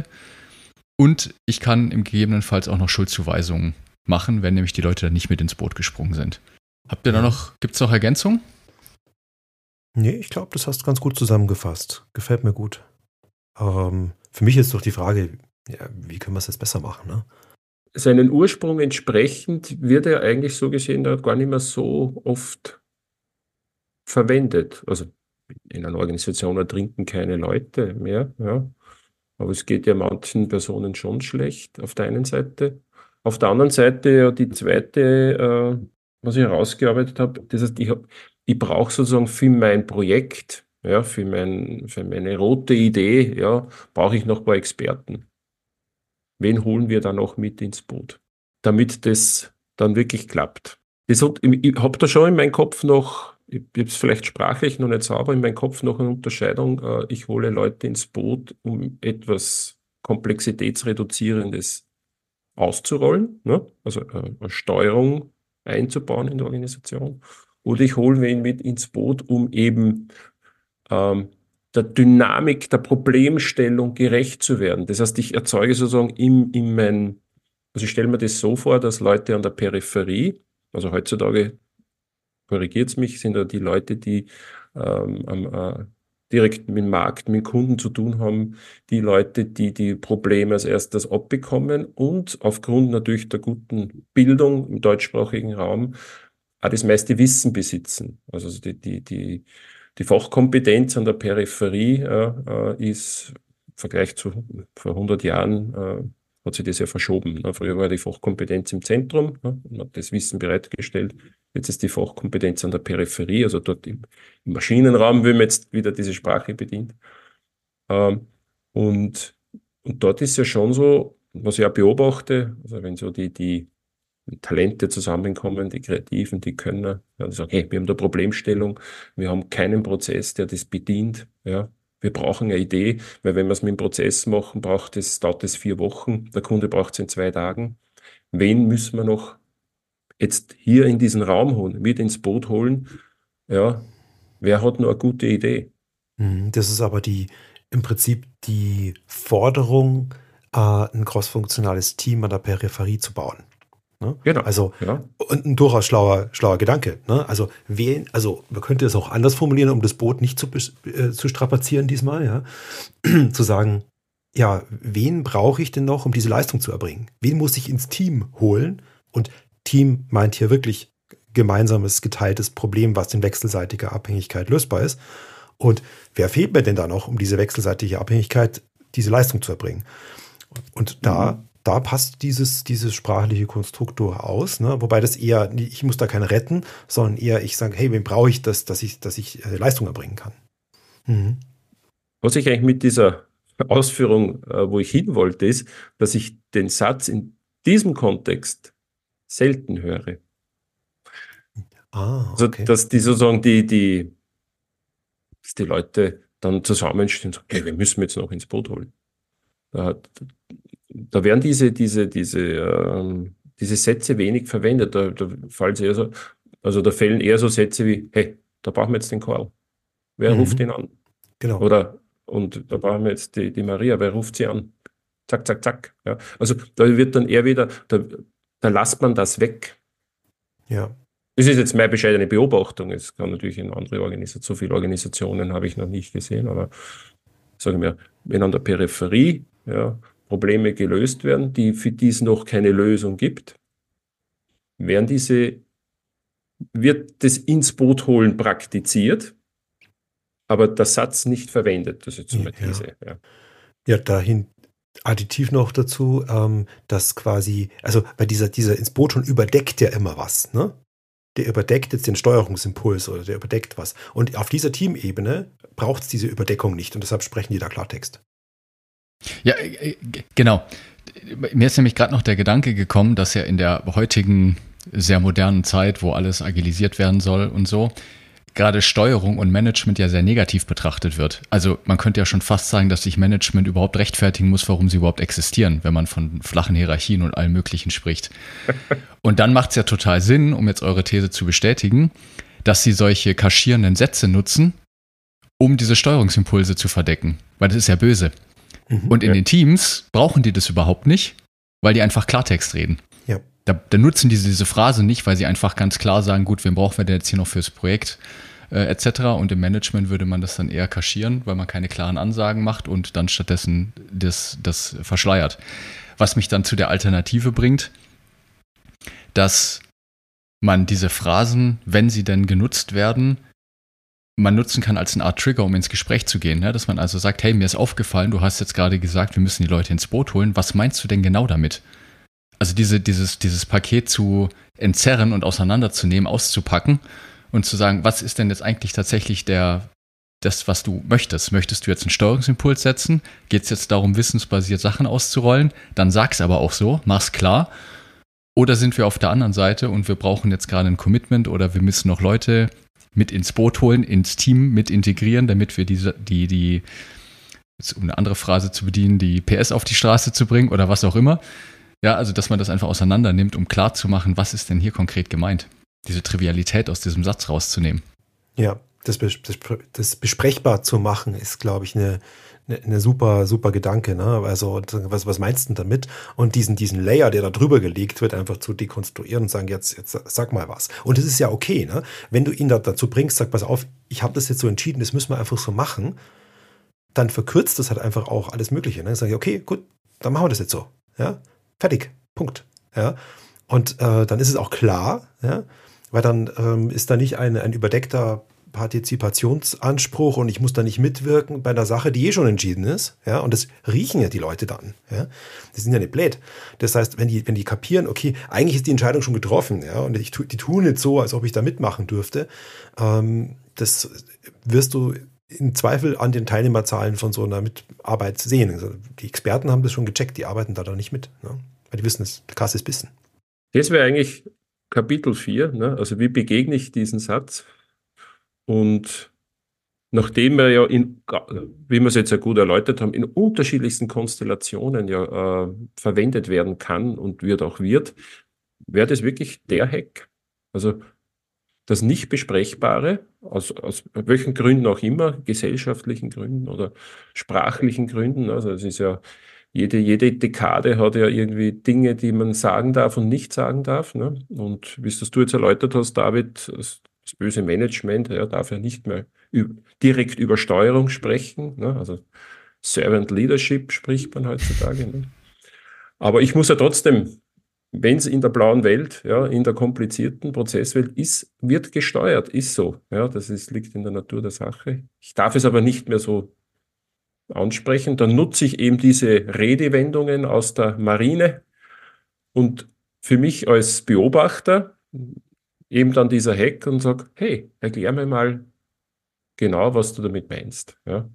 Und ich kann im gegebenenfalls auch noch Schuldzuweisungen machen, wenn nämlich die Leute dann nicht mit ins Boot gesprungen sind. Habt ihr da noch, gibt es noch Ergänzungen? Nee, ich glaube, das hast du ganz gut zusammengefasst. Gefällt mir gut. Ähm, für mich ist doch die Frage, ja, wie können wir es jetzt besser machen, ne? Seinen Ursprung entsprechend wird er eigentlich so gesehen da gar nicht mehr so oft verwendet. Also in einer Organisation ertrinken keine Leute mehr, ja. Aber es geht ja manchen Personen schon schlecht auf der einen Seite. Auf der anderen Seite ja die zweite, äh, was ich herausgearbeitet habe, das heißt, ich, hab, ich brauche sozusagen für mein Projekt, ja, für, mein, für meine rote Idee, ja, brauche ich noch ein paar Experten. Wen holen wir da noch mit ins Boot, damit das dann wirklich klappt? Das hat, ich habe da schon in meinem Kopf noch, ich habe es vielleicht sprachlich noch nicht sauber, in meinem Kopf noch eine Unterscheidung, äh, ich hole Leute ins Boot, um etwas Komplexitätsreduzierendes auszurollen, ne? Also äh, eine Steuerung einzubauen in der Organisation. Oder ich hole wen mit ins Boot, um eben ähm, der Dynamik der Problemstellung gerecht zu werden. Das heißt, ich erzeuge sozusagen in, in mein, also ich stelle mir das so vor, dass Leute an der Peripherie, also heutzutage, korrigiert es mich, sind ja die Leute, die ähm, am, äh, direkt mit dem Markt, mit dem Kunden zu tun haben, die Leute, die die Probleme als erstes abbekommen und aufgrund natürlich der guten Bildung im deutschsprachigen Raum auch das meiste Wissen besitzen. Also die, die, die, die Fachkompetenz an der Peripherie äh, äh, ist im Vergleich zu vor hundert Jahren äh, hat sich das ja verschoben. Ne? Früher war die Fachkompetenz im Zentrum, ne? Man hat das Wissen bereitgestellt. Jetzt ist die Fachkompetenz an der Peripherie, also dort im, im Maschinenraum, wie man jetzt wieder diese Sprache bedient. Ähm, und, und dort ist ja schon so, was ich auch beobachte, also wenn so die, die Talente zusammenkommen, die Kreativen, die Könner, ja, die sagen, hey, wir haben da Problemstellung, wir haben keinen Prozess, der das bedient, ja. Wir brauchen eine Idee, weil wenn wir es mit dem Prozess machen, braucht es, dauert es vier Wochen, der Kunde braucht es in zwei Tagen. Wen müssen wir noch jetzt hier in diesen Raum holen, mit ins Boot holen? Ja, wer hat noch eine gute Idee? Das ist aber die im Prinzip die Forderung, äh, ein crossfunktionales Team an der Peripherie zu bauen. Ne? Genau. Also ja. Und ein durchaus schlauer, schlauer Gedanke. Ne? Also wählen, also man könnte es auch anders formulieren, um das Boot nicht zu, äh, zu strapazieren diesmal, ja. Zu sagen, ja, wen brauche ich denn noch, um diese Leistung zu erbringen? Wen muss ich ins Team holen? Und Team meint hier wirklich gemeinsames, geteiltes Problem, was in wechselseitiger Abhängigkeit lösbar ist. Und wer fehlt mir denn da noch, um diese wechselseitige Abhängigkeit, diese Leistung zu erbringen? Und da mhm. Da passt dieses, dieses sprachliche Konstrukt durchaus, ne? Wobei das eher, ich muss da keinen retten, sondern eher ich sage, hey, wen brauche ich das, dass ich, dass ich Leistung erbringen kann. Mhm. Was ich eigentlich mit dieser Ausführung, wo ich hin wollte, ist, dass ich den Satz in diesem Kontext selten höre. Ah, okay. Also, dass die sozusagen die, die, dass die Leute dann zusammenstehen und sagen, hey, wir müssen jetzt noch ins Boot holen. Da, da werden diese, diese, diese, ähm, diese Sätze wenig verwendet. Da, da fallen eher so, also da fällen eher so Sätze wie, hey, da brauchen wir jetzt den Karl. Wer mhm. ruft ihn an? Genau. Oder, und da brauchen wir jetzt die, die Maria, wer ruft sie an? Zack, zack, zack. Ja. Also da wird dann eher wieder, da, da lässt man das weg. Ja. Das ist jetzt meine bescheidene Beobachtung. Es kann natürlich in andere Organisationen, so viele Organisationen habe ich noch nicht gesehen, aber sagen wir, wenn an der Peripherie ja, Probleme gelöst werden, die, für die es noch keine Lösung gibt, werden diese, wird das ins Boot holen praktiziert, aber der Satz nicht verwendet. Das ist jetzt so eine These. Ja, ja. ja dahin additiv noch dazu, ähm, dass quasi, also bei dieser, dieser ins Boot schon überdeckt ja immer was, ne? Der überdeckt jetzt den Steuerungsimpuls oder der überdeckt was. Und auf dieser Teamebene braucht es diese Überdeckung nicht und deshalb sprechen die da Klartext. Ja, genau. Mir ist nämlich gerade noch der Gedanke gekommen, dass ja in der heutigen sehr modernen Zeit, wo alles agilisiert werden soll und so, gerade Steuerung und Management ja sehr negativ betrachtet wird. Also man könnte ja schon fast sagen, dass sich Management überhaupt rechtfertigen muss, warum sie überhaupt existieren, wenn man von flachen Hierarchien und allem Möglichen spricht. Und dann macht es ja total Sinn, um jetzt eure These zu bestätigen, dass sie solche kaschierenden Sätze nutzen, um diese Steuerungsimpulse zu verdecken. Weil das ist ja böse. Mhm, und in ja. den Teams brauchen die das überhaupt nicht, weil die einfach Klartext reden. Ja. Da, da nutzen die diese Phrase nicht, weil sie einfach ganz klar sagen, gut, wen brauchen wir denn jetzt hier noch fürs Projekt äh, et cetera. Und im Management würde man das dann eher kaschieren, weil man keine klaren Ansagen macht und dann stattdessen das, das verschleiert. Was mich dann zu der Alternative bringt, dass man diese Phrasen, wenn sie denn genutzt werden, man nutzen kann als eine Art Trigger, um ins Gespräch zu gehen. Ne? Dass man also sagt, hey, mir ist aufgefallen, du hast jetzt gerade gesagt, wir müssen die Leute ins Boot holen. Was meinst du denn genau damit? Also diese, dieses, dieses Paket zu entzerren und auseinanderzunehmen, auszupacken und zu sagen, was ist denn jetzt eigentlich tatsächlich der, das, was du möchtest? Möchtest du jetzt einen Steuerungsimpuls setzen? Geht es jetzt darum, wissensbasiert Sachen auszurollen? Dann sag's aber auch so, mach's klar. Oder sind wir auf der anderen Seite und wir brauchen jetzt gerade ein Commitment oder wir müssen noch Leute mit ins Boot holen, ins Team mit integrieren, damit wir diese, die, die, jetzt um eine andere Phrase zu bedienen, die P S auf die Straße zu bringen oder was auch immer. Ja, also dass man das einfach auseinander nimmt, um klarzumachen, was ist denn hier konkret gemeint, diese Trivialität aus diesem Satz rauszunehmen. Ja, das, bes das besprechbar zu machen, ist, glaube ich, eine, eine, eine super, super Gedanke. Ne? Also, was, was meinst du denn damit? Und diesen, diesen Layer, der da drüber gelegt wird, einfach zu dekonstruieren und sagen, jetzt, jetzt sag mal was. Und das ist ja okay, ne? Wenn du ihn da dazu bringst, sag, pass auf, ich habe das jetzt so entschieden, das müssen wir einfach so machen, dann verkürzt das halt einfach auch alles Mögliche. Ne? Dann sage ich, okay, gut, dann machen wir das jetzt so. Ja? Fertig. Punkt. Ja? Und äh, dann ist es auch klar, ja? Weil dann ähm, ist da nicht ein, ein überdeckter Partizipationsanspruch und ich muss da nicht mitwirken bei einer Sache, die eh schon entschieden ist. Ja, und das riechen ja die Leute dann. Ja, die sind ja nicht blöd. Das heißt, wenn die, wenn die kapieren, okay, eigentlich ist die Entscheidung schon getroffen, ja, und ich, die tun jetzt so, als ob ich da mitmachen dürfte, ähm, das wirst du im Zweifel an den Teilnehmerzahlen von so einer Mitarbeit sehen. Also die Experten haben das schon gecheckt, die arbeiten da doch nicht mit. Ne? Weil die wissen, das Kass ist Bissen. Das wäre eigentlich Kapitel vier, ne? Also wie begegne ich diesen Satz? Und nachdem er ja, in, wie wir es jetzt ja gut erläutert haben, in unterschiedlichsten Konstellationen ja äh, verwendet werden kann und wird auch wird, wäre das wirklich der Hack. Also das Nicht-Besprechbare, aus, aus welchen Gründen auch immer, gesellschaftlichen Gründen oder sprachlichen Gründen, also es ist ja, jede, jede Dekade hat ja irgendwie Dinge, die man sagen darf und nicht sagen darf. Ne? Und wie es das du jetzt erläutert hast, David, das, das böse Management, ja, darf ja nicht mehr üb- direkt über Steuerung sprechen. Ne? Also Servant Leadership spricht man heutzutage. Ne? Aber ich muss ja trotzdem, wenn es in der blauen Welt, ja, in der komplizierten Prozesswelt ist, wird gesteuert, ist so. Ja, das ist, liegt in der Natur der Sache. Ich darf es aber nicht mehr so ansprechen. Dann nutze ich eben diese Redewendungen aus der Marine und für mich als Beobachter eben dann dieser Hack und sage, hey, erklär mir mal genau, was du damit meinst. Ja.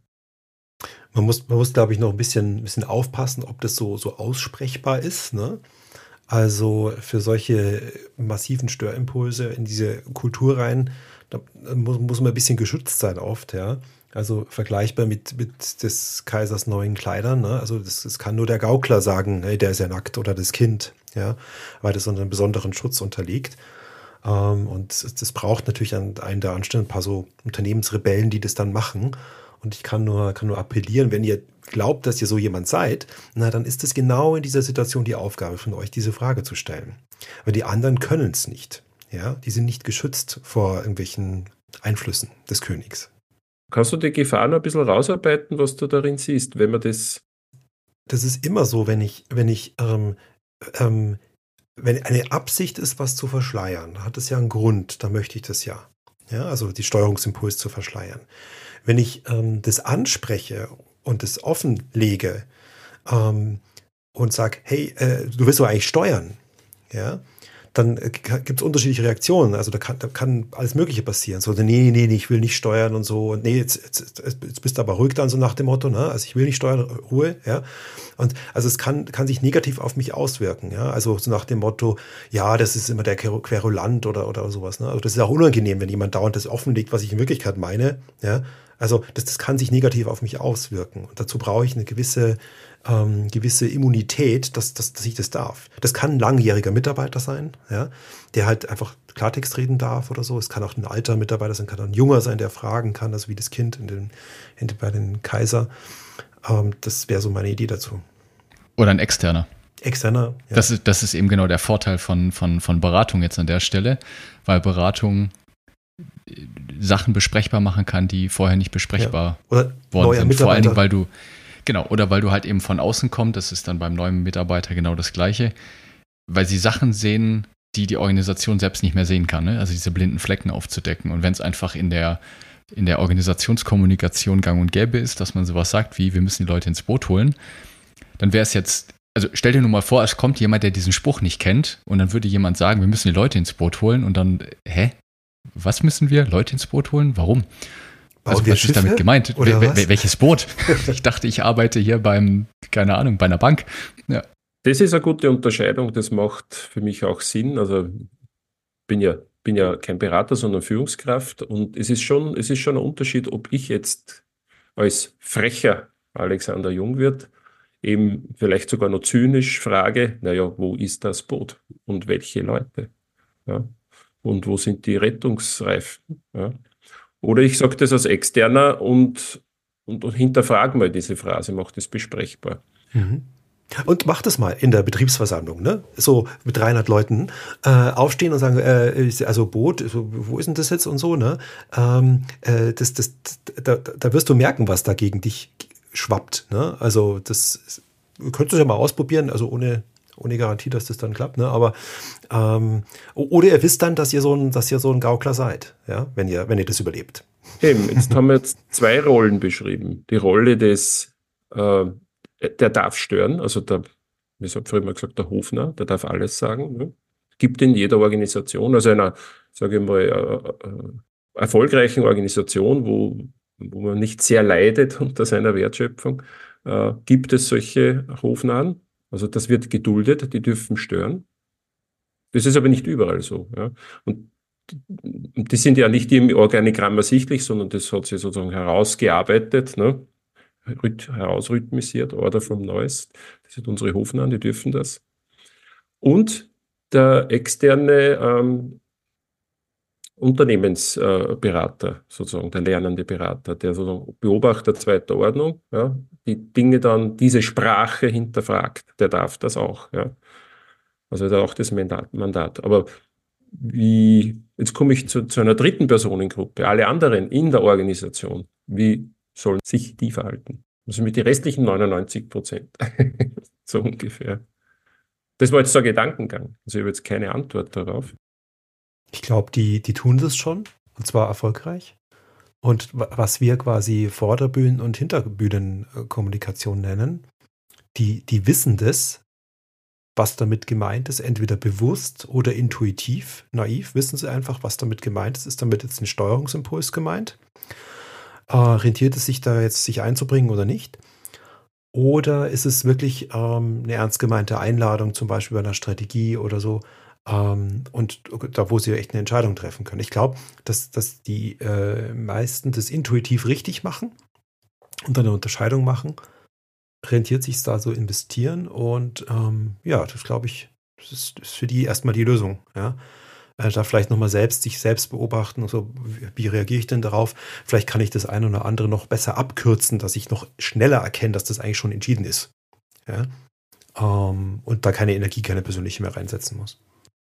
Man muss, man muss, glaube ich, noch ein bisschen, bisschen aufpassen, ob das so, so aussprechbar ist. Ne? Also für solche massiven Störimpulse in diese Kultur rein, da muss, muss man ein bisschen geschützt sein oft, ja. Also vergleichbar mit, mit des Kaisers neuen Kleidern. Ne? Also das, das kann nur der Gaukler sagen, hey, der ist ja nackt oder das Kind, ja, weil das unter einem besonderen Schutz unterliegt. Ähm, und das, das braucht natürlich an einen der Anstellen ein paar so Unternehmensrebellen, die das dann machen. Und ich kann nur, kann nur appellieren, wenn ihr glaubt, dass ihr so jemand seid, na, dann ist es genau in dieser Situation die Aufgabe von euch, diese Frage zu stellen. Weil die anderen können es nicht. Ja, die sind nicht geschützt vor irgendwelchen Einflüssen des Königs. Kannst du die Gefahr noch ein bisschen rausarbeiten, was du darin siehst, wenn man das... Das ist immer so, wenn ich, wenn ich, ähm, ähm, wenn eine Absicht ist, was zu verschleiern, hat es ja einen Grund, da möchte ich das ja. Ja, also die Steuerungsimpuls zu verschleiern. Wenn ich ähm, das anspreche und das offenlege ähm, und sage, hey, äh, du willst doch eigentlich steuern, ja, dann äh, gibt es unterschiedliche Reaktionen. Also da kann, da kann alles Mögliche passieren. So, nee, nee, nee, ich will nicht steuern und so. Und nee, jetzt, jetzt, jetzt bist du aber ruhig dann so nach dem Motto, ne? Also ich will nicht steuern, Ruhe, ja. Und also es kann, kann sich negativ auf mich auswirken, ja. Also so nach dem Motto, ja, das ist immer der Querulant oder, oder sowas, ne? Also das ist auch unangenehm, wenn jemand dauernd das offenlegt, was ich in Wirklichkeit meine, ja. Also das, das kann sich negativ auf mich auswirken. Und dazu brauche ich eine gewisse, ähm, gewisse Immunität, dass, dass, dass ich das darf. Das kann ein langjähriger Mitarbeiter sein, ja, der halt einfach Klartext reden darf oder so. Es kann auch ein alter Mitarbeiter sein, kann auch ein junger sein, der fragen kann, also wie das Kind in den, in, bei den Kaiser. Ähm, das wäre so meine Idee dazu. Oder ein externer. Externer, ja. Das ist, das ist eben genau der Vorteil von, von, von Beratung jetzt an der Stelle, weil Beratung Sachen besprechbar machen kann, die vorher nicht besprechbar ja. Oder worden sind. Vor allen Dingen, weil du, genau, oder weil du halt eben von außen kommst, das ist dann beim neuen Mitarbeiter genau das Gleiche, weil sie Sachen sehen, die die Organisation selbst nicht mehr sehen kann, ne? Also diese blinden Flecken aufzudecken. Und wenn es einfach in der, in der Organisationskommunikation gang und gäbe ist, dass man sowas sagt wie, wir müssen die Leute ins Boot holen, dann wäre es jetzt, also stell dir nur mal vor, es kommt jemand, der diesen Spruch nicht kennt und dann würde jemand sagen, wir müssen die Leute ins Boot holen und dann, hä? Was müssen wir? Leute ins Boot holen? Warum? Also was ist damit gemeint? Oder Wel- welches Boot? Ich dachte, ich arbeite hier beim, keine Ahnung, bei einer Bank. Ja. Das ist eine gute Unterscheidung, das macht für mich auch Sinn. Also bin ja, bin ja kein Berater, sondern Führungskraft und es ist schon, es ist schon ein Unterschied, ob ich jetzt als frecher Alexander Jungwirth eben vielleicht sogar noch zynisch frage, naja, wo ist das Boot und welche Leute? Ja. Und wo sind die Rettungsreifen? Ja. Oder ich sage das als Externer und, und, und hinterfrage mal diese Phrase, mache das besprechbar. Mhm. Und mach das mal in der Betriebsversammlung, ne? So mit dreihundert Leuten äh, aufstehen und sagen, äh, also Boot, so, wo ist denn das jetzt und so, ne? Ähm, äh, das, das, da, da wirst du merken, was da gegen dich schwappt, ne? Also das könntest du ja mal ausprobieren, also ohne, ohne Garantie, dass das dann klappt, ne? Aber ähm, oder ihr wisst dann, dass ihr so ein, dass ihr so ein Gaukler seid, ja, wenn ihr, wenn ihr das überlebt. Eben, jetzt haben wir jetzt zwei Rollen beschrieben. Die Rolle des, äh, der darf stören, also der, wie sagt früher mal gesagt, der Hofner, der darf alles sagen. Ne? Gibt in jeder Organisation, also einer, sage ich mal, äh, äh, erfolgreichen Organisation, wo, wo man nicht sehr leidet unter seiner Wertschöpfung, äh, gibt es solche Hofnahen. Also das wird geduldet, die dürfen stören. Das ist aber nicht überall so. Ja? Und die sind ja nicht im Organigramm ersichtlich, sondern das hat sich sozusagen herausgearbeitet, ne? Herausrhythmisiert, Order from Noise. Das sind unsere Hofnahen, die dürfen das. Und der externe ähm, Unternehmensberater, sozusagen der lernende Berater, der sozusagen Beobachter zweiter Ordnung, ja, die Dinge dann, diese Sprache hinterfragt, der darf das auch. Ja. Also der hat auch das Mandat. Mandat. Aber wie, jetzt komme ich zu, zu einer dritten Personengruppe, alle anderen in der Organisation, wie sollen sich die verhalten? Also mit den restlichen neunundneunzig Prozent, so ungefähr. Das war jetzt so ein Gedankengang. Also ich habe jetzt keine Antwort darauf. Ich glaube, die, die tun das schon, und zwar erfolgreich. Und was wir quasi Vorderbühnen- und Hinterbühnenkommunikation nennen, die, die wissen das, was damit gemeint ist, entweder bewusst oder intuitiv, naiv, wissen sie einfach, was damit gemeint ist. Ist damit jetzt ein Steuerungsimpuls gemeint? Äh, rentiert es sich da jetzt, sich einzubringen oder nicht? Oder ist es wirklich ähm, eine ernst gemeinte Einladung, zum Beispiel bei einer Strategie oder so, ähm, und da, wo sie echt eine Entscheidung treffen können? Ich glaube, dass, dass die äh, meisten das intuitiv richtig machen und dann eine Unterscheidung machen. Rentiert sich da so investieren und ähm, ja, das glaube ich, das ist, ist für die erstmal die Lösung. Ja? Äh, da vielleicht nochmal selbst, sich selbst beobachten, so, wie, wie reagiere ich denn darauf? Vielleicht kann ich das eine oder andere noch besser abkürzen, dass ich noch schneller erkenne, dass das eigentlich schon entschieden ist. Ja? Ähm, und da keine Energie, keine persönliche mehr reinsetzen muss.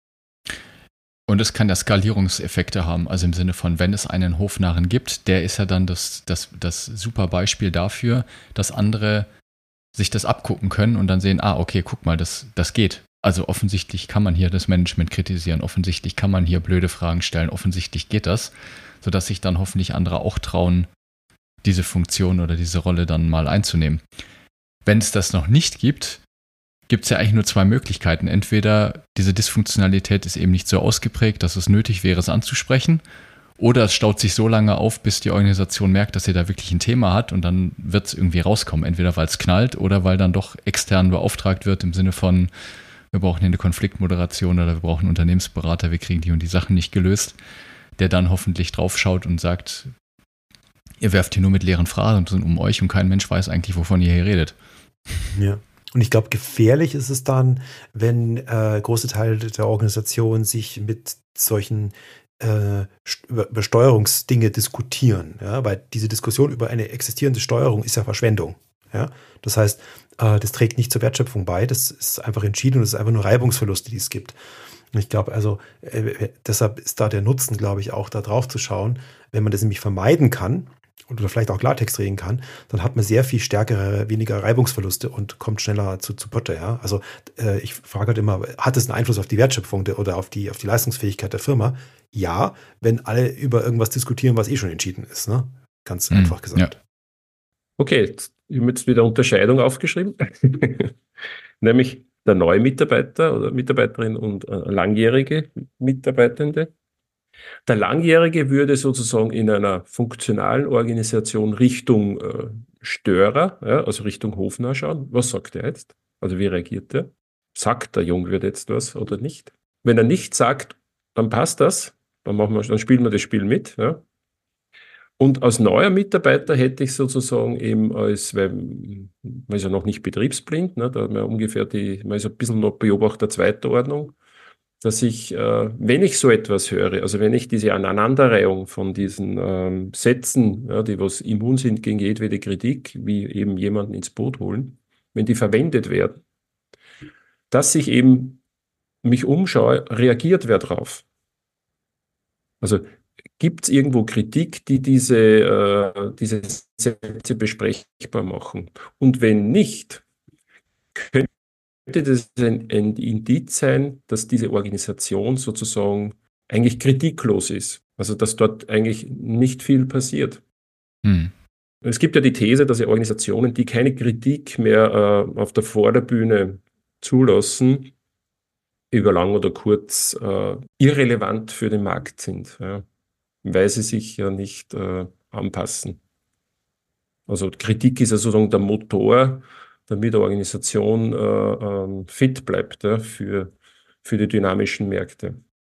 Und es kann ja Skalierungseffekte haben, also im Sinne von, wenn es einen Hofnarren gibt, der ist ja dann das, das, das super Beispiel dafür, dass andere sich das abgucken können und dann sehen, ah, okay, guck mal, das, das geht. Also offensichtlich kann man hier das Management kritisieren, offensichtlich kann man hier blöde Fragen stellen, offensichtlich geht das, sodass sich dann hoffentlich andere auch trauen, diese Funktion oder diese Rolle dann mal einzunehmen. Wenn es das noch nicht gibt, gibt es ja eigentlich nur zwei Möglichkeiten. Entweder diese Dysfunktionalität ist eben nicht so ausgeprägt, dass es nötig wäre, es anzusprechen, oder es staut sich so lange auf, bis die Organisation merkt, dass sie da wirklich ein Thema hat und dann wird es irgendwie rauskommen. Entweder weil es knallt oder weil dann doch extern beauftragt wird im Sinne von, wir brauchen hier eine Konfliktmoderation oder wir brauchen einen Unternehmensberater, wir kriegen die und die Sachen nicht gelöst, der dann hoffentlich drauf schaut und sagt, ihr werft hier nur mit leeren Phrasen um euch und kein Mensch weiß eigentlich, wovon ihr hier redet. Ja. Und ich glaube, gefährlich ist es dann, wenn äh, große Teile der Organisation sich mit solchen äh, über Steuerungsdinge diskutieren. Ja? Weil diese Diskussion über eine existierende Steuerung ist ja Verschwendung. Ja? Das heißt, äh, das trägt nicht zur Wertschöpfung bei. Das ist einfach entschieden und es ist einfach nur Reibungsverluste, die es gibt. Und ich glaube, also äh, deshalb ist da der Nutzen, glaube ich, auch da drauf zu schauen. Wenn man das nämlich vermeiden kann, oder vielleicht auch Klartext reden kann, dann hat man sehr viel stärkere, weniger Reibungsverluste und kommt schneller zu, zu Potte. Ja? Also äh, ich frage halt immer, hat es einen Einfluss auf die Wertschöpfung der, oder auf die, auf die Leistungsfähigkeit der Firma? Ja, wenn alle über irgendwas diskutieren, was eh schon entschieden ist. Ne? Ganz mhm. einfach gesagt. Ja. Okay, jetzt, ich habe jetzt wieder Unterscheidung aufgeschrieben. Nämlich der neue Mitarbeiter oder Mitarbeiterin und äh, langjährige Mitarbeitende. Der Langjährige würde sozusagen in einer funktionalen Organisation Richtung äh, Störer, ja, also Richtung Hofnarr schauen. Was sagt er jetzt? Also wie reagiert er? Sagt der Jungwirt jetzt was oder nicht? Wenn er nicht sagt, dann passt das. Dann, machen wir, dann spielen wir das Spiel mit. Ja. Und als neuer Mitarbeiter hätte ich sozusagen eben als, weil man ist ja noch nicht betriebsblind, ne, da hat man ungefähr die, man ist ein bisschen noch Beobachter zweiter Ordnung. dass ich, äh, wenn ich so etwas höre, also wenn ich diese Aneinanderreihung von diesen ähm, Sätzen, ja, die was immun sind gegen jedwede Kritik, wie eben jemanden ins Boot holen, wenn die verwendet werden, dass ich eben mich umschaue, reagiert wer drauf? Also gibt es irgendwo Kritik, die diese, äh, diese Sätze besprechbar machen? Und wenn nicht, könnte das ein, ein Indiz sein, dass diese Organisation sozusagen eigentlich kritiklos ist. Also dass dort eigentlich nicht viel passiert. Hm. Es gibt ja die These, dass ja Organisationen, die keine Kritik mehr äh, auf der Vorderbühne zulassen, über lang oder kurz äh, irrelevant für den Markt sind, ja, weil sie sich ja nicht äh, anpassen. Also Kritik ist ja sozusagen der Motor, damit eine Organisation äh, ähm, fit bleibt, ja, für, für die dynamischen Märkte.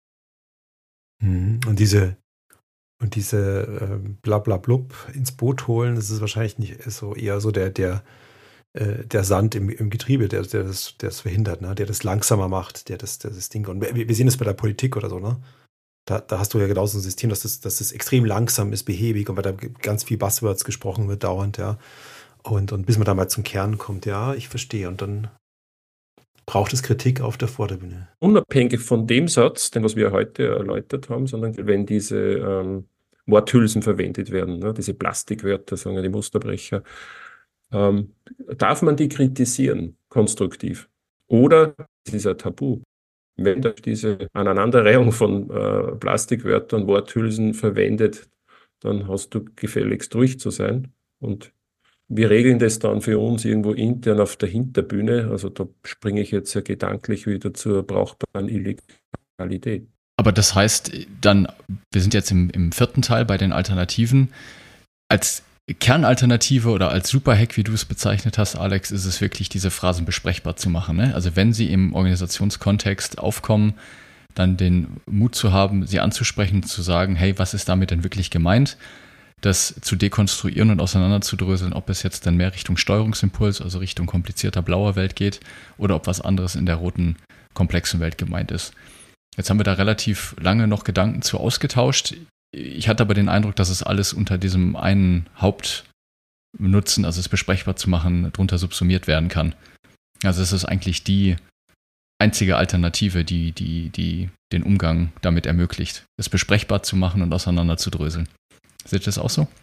Und diese und diese äh, Blablablub ins Boot holen, das ist wahrscheinlich nicht ist so eher so der der äh, der Sand im, im Getriebe, der der das, der das verhindert, ne? Der das langsamer macht, der das der das Ding und wir, wir sehen das bei der Politik oder so, ne? Da, da hast du ja genauso ein System, dass das, dass das extrem langsam ist, behäbig und weil da ganz viel Buzzwords gesprochen wird dauernd, ja. Und, und bis man da mal zum Kern kommt, ja, ich verstehe. Und dann braucht es Kritik auf der Vorderbühne. Unabhängig von dem Satz, den was wir heute erläutert haben, sondern wenn diese ähm, Worthülsen verwendet werden, ne, diese Plastikwörter, sagen die Musterbrecher, ähm, darf man die kritisieren, konstruktiv? Oder ist es ein Tabu? Wenn da diese Aneinanderreihung von äh, Plastikwörtern, Worthülsen verwendet, dann hast du gefälligst ruhig zu sein. Und wir regeln das dann für uns irgendwo intern auf der Hinterbühne. Also da springe ich jetzt ja gedanklich wieder zur brauchbaren Illegalität. Aber das heißt dann, wir sind jetzt im, im vierten Teil bei den Alternativen. Als Kernalternative oder als Superhack, wie du es bezeichnet hast, Alex, ist es wirklich, diese Phrasen besprechbar zu machen. Ne? Also wenn sie im Organisationskontext aufkommen, dann den Mut zu haben, sie anzusprechen, zu sagen, hey, was ist damit denn wirklich gemeint? Das zu dekonstruieren und auseinanderzudröseln, ob es jetzt dann mehr Richtung Steuerungsimpuls, also Richtung komplizierter blauer Welt geht oder ob was anderes in der roten, komplexen Welt gemeint ist. Jetzt haben wir da relativ lange noch Gedanken zu ausgetauscht. Ich hatte aber den Eindruck, dass es alles unter diesem einen Hauptnutzen, also es besprechbar zu machen, drunter subsumiert werden kann. Also es ist eigentlich die einzige Alternative, die, die, die den Umgang damit ermöglicht, es besprechbar zu machen und auseinanderzudröseln. Seht ihr das auch so?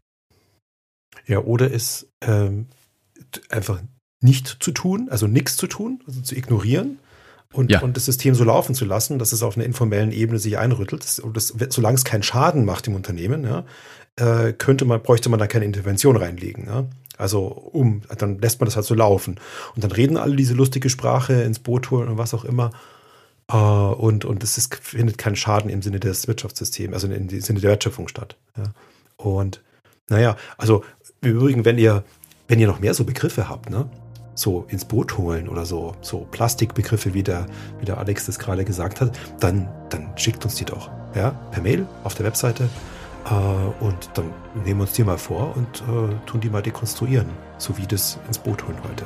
Ja, oder es ähm, einfach nicht zu tun, also nichts zu tun, also zu ignorieren und, ja. und das System so laufen zu lassen, dass es auf einer informellen Ebene sich einrüttelt. Das, und das, solange es keinen Schaden macht im Unternehmen, ja, äh, könnte man, bräuchte man da keine Intervention reinlegen. Ja? Also um, dann lässt man das halt so laufen. Und dann reden alle diese lustige Sprache ins Boot holen und was auch immer. Uh, und und es ist, findet kein Schaden im Sinne des Wirtschaftssystems, also im Sinne der Wertschöpfung statt. Ja. Und naja, also im Übrigen, wenn ihr, wenn ihr noch mehr so Begriffe habt, ne, so ins Boot holen oder so, so Plastikbegriffe, wie der, wie der Alex das gerade gesagt hat, dann, dann schickt uns die doch, ja, per Mail auf der Webseite uh, und dann nehmen wir uns die mal vor und uh, tun die mal dekonstruieren, so wie das ins Boot holen heute.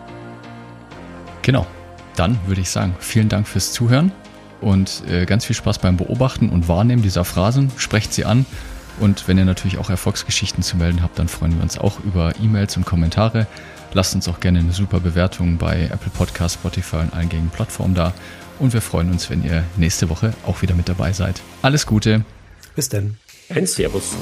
Genau. Dann würde ich sagen, vielen Dank fürs Zuhören und äh, ganz viel Spaß beim Beobachten und Wahrnehmen dieser Phrasen. Sprecht sie an und wenn ihr natürlich auch Erfolgsgeschichten zu melden habt, dann freuen wir uns auch über E-Mails und Kommentare. Lasst uns auch gerne eine super Bewertung bei Apple Podcasts, Spotify und allen gängigen Plattformen da und wir freuen uns, wenn ihr nächste Woche auch wieder mit dabei seid. Alles Gute. Bis dann. Ein Servus.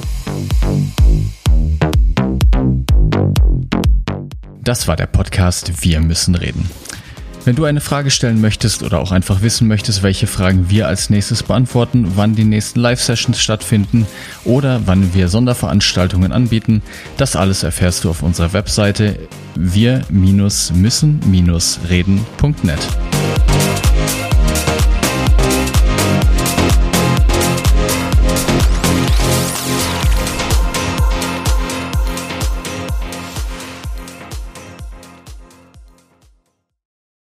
Das war der Podcast Wir müssen reden. Wenn du eine Frage stellen möchtest oder auch einfach wissen möchtest, welche Fragen wir als nächstes beantworten, wann die nächsten Live-Sessions stattfinden oder wann wir Sonderveranstaltungen anbieten, das alles erfährst du auf unserer Webseite wir müssen reden punkt net.